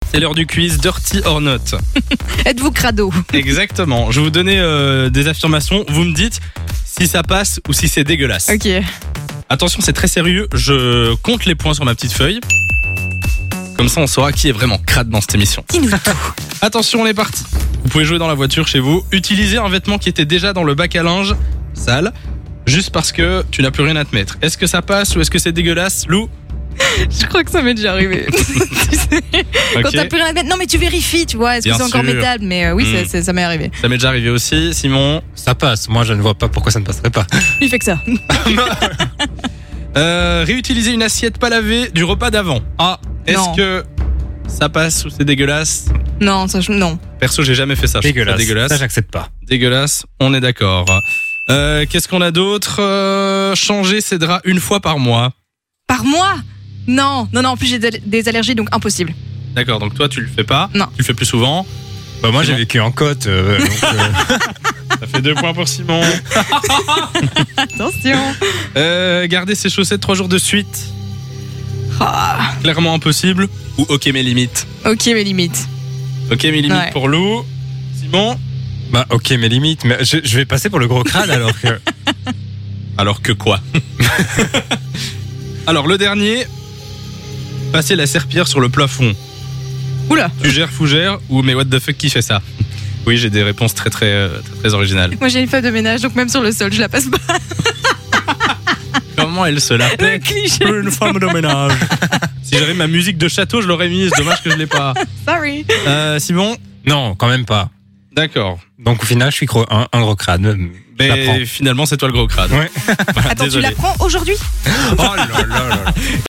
C'est l'heure du quiz Dirty or Not. Êtes-vous crado? Exactement. Je vais vous donner des affirmations. Vous me dites si ça passe ou si c'est dégueulasse. Ok. Attention, c'est très sérieux. Je compte les points sur ma petite feuille. Comme ça, on saura qui est vraiment crade dans cette émission. Dis-nous tout. Attention, on est parti. Vous pouvez jouer dans la voiture chez vous. Utilisez un vêtement qui était déjà dans le bac à linge sale, juste parce que tu n'as plus rien à te mettre. Est-ce que ça passe ou est-ce que c'est dégueulasse, Lou? Je crois que ça m'est déjà arrivé. Tu sais, quand Ok. t'as plus rien à mettre. Non, mais tu vérifies, tu vois. Est-ce que Bien c'est encore sûr. métal? Mais oui, ça m'est arrivé. Ça m'est déjà arrivé aussi. Simon? Ça passe, moi je ne vois pas pourquoi ça ne passerait pas. Il fait que ça. Réutiliser une assiette pas lavée du repas d'avant. Ah, est-ce Non. que ça passe ou c'est dégueulasse? Non, non. Perso, j'ai jamais fait ça. Je trouve ça Dégueulasse. dégueulasse. Ça, j'accepte pas. Dégueulasse, on est d'accord. Qu'est-ce qu'on a d'autre? Changer ses draps une fois par mois. Par mois? Non. En plus, j'ai des allergies, donc impossible. D'accord, donc toi tu le fais pas? Non. Tu le fais plus souvent? Bah moi j'ai Non. vécu en côte, Ça fait 2 points pour Simon. Attention. Garder ses chaussettes 3 jours de suite. Ah, Clairement impossible. Ou ok mes limites. ok, mes limites. Ok mes limites Ouais. pour Lou. Simon? bah ok mes limites, mais je vais passer pour le gros crâne alors que... Alors que quoi? Alors le dernier. Passer la serpillière sur le plafond. Oula. Tu gères, fougères ou mais what the fuck qui fait ça? Oui, j'ai des réponses très originales. Moi, j'ai une femme de ménage, donc même sur le sol, je la passe pas. Comment elle se la Le fait? cliché. Une femme de ménage. Si j'avais ma musique de château, je l'aurais mise. Dommage que je l'ai pas. Sorry. Simon? Non, quand même pas. D'accord. Donc au final je suis un gros crâne. Je la prends. Mais finalement, c'est toi le gros crâne. Ouais. Voilà, Attends, désolé. tu la prends aujourd'hui? Oh là là là là.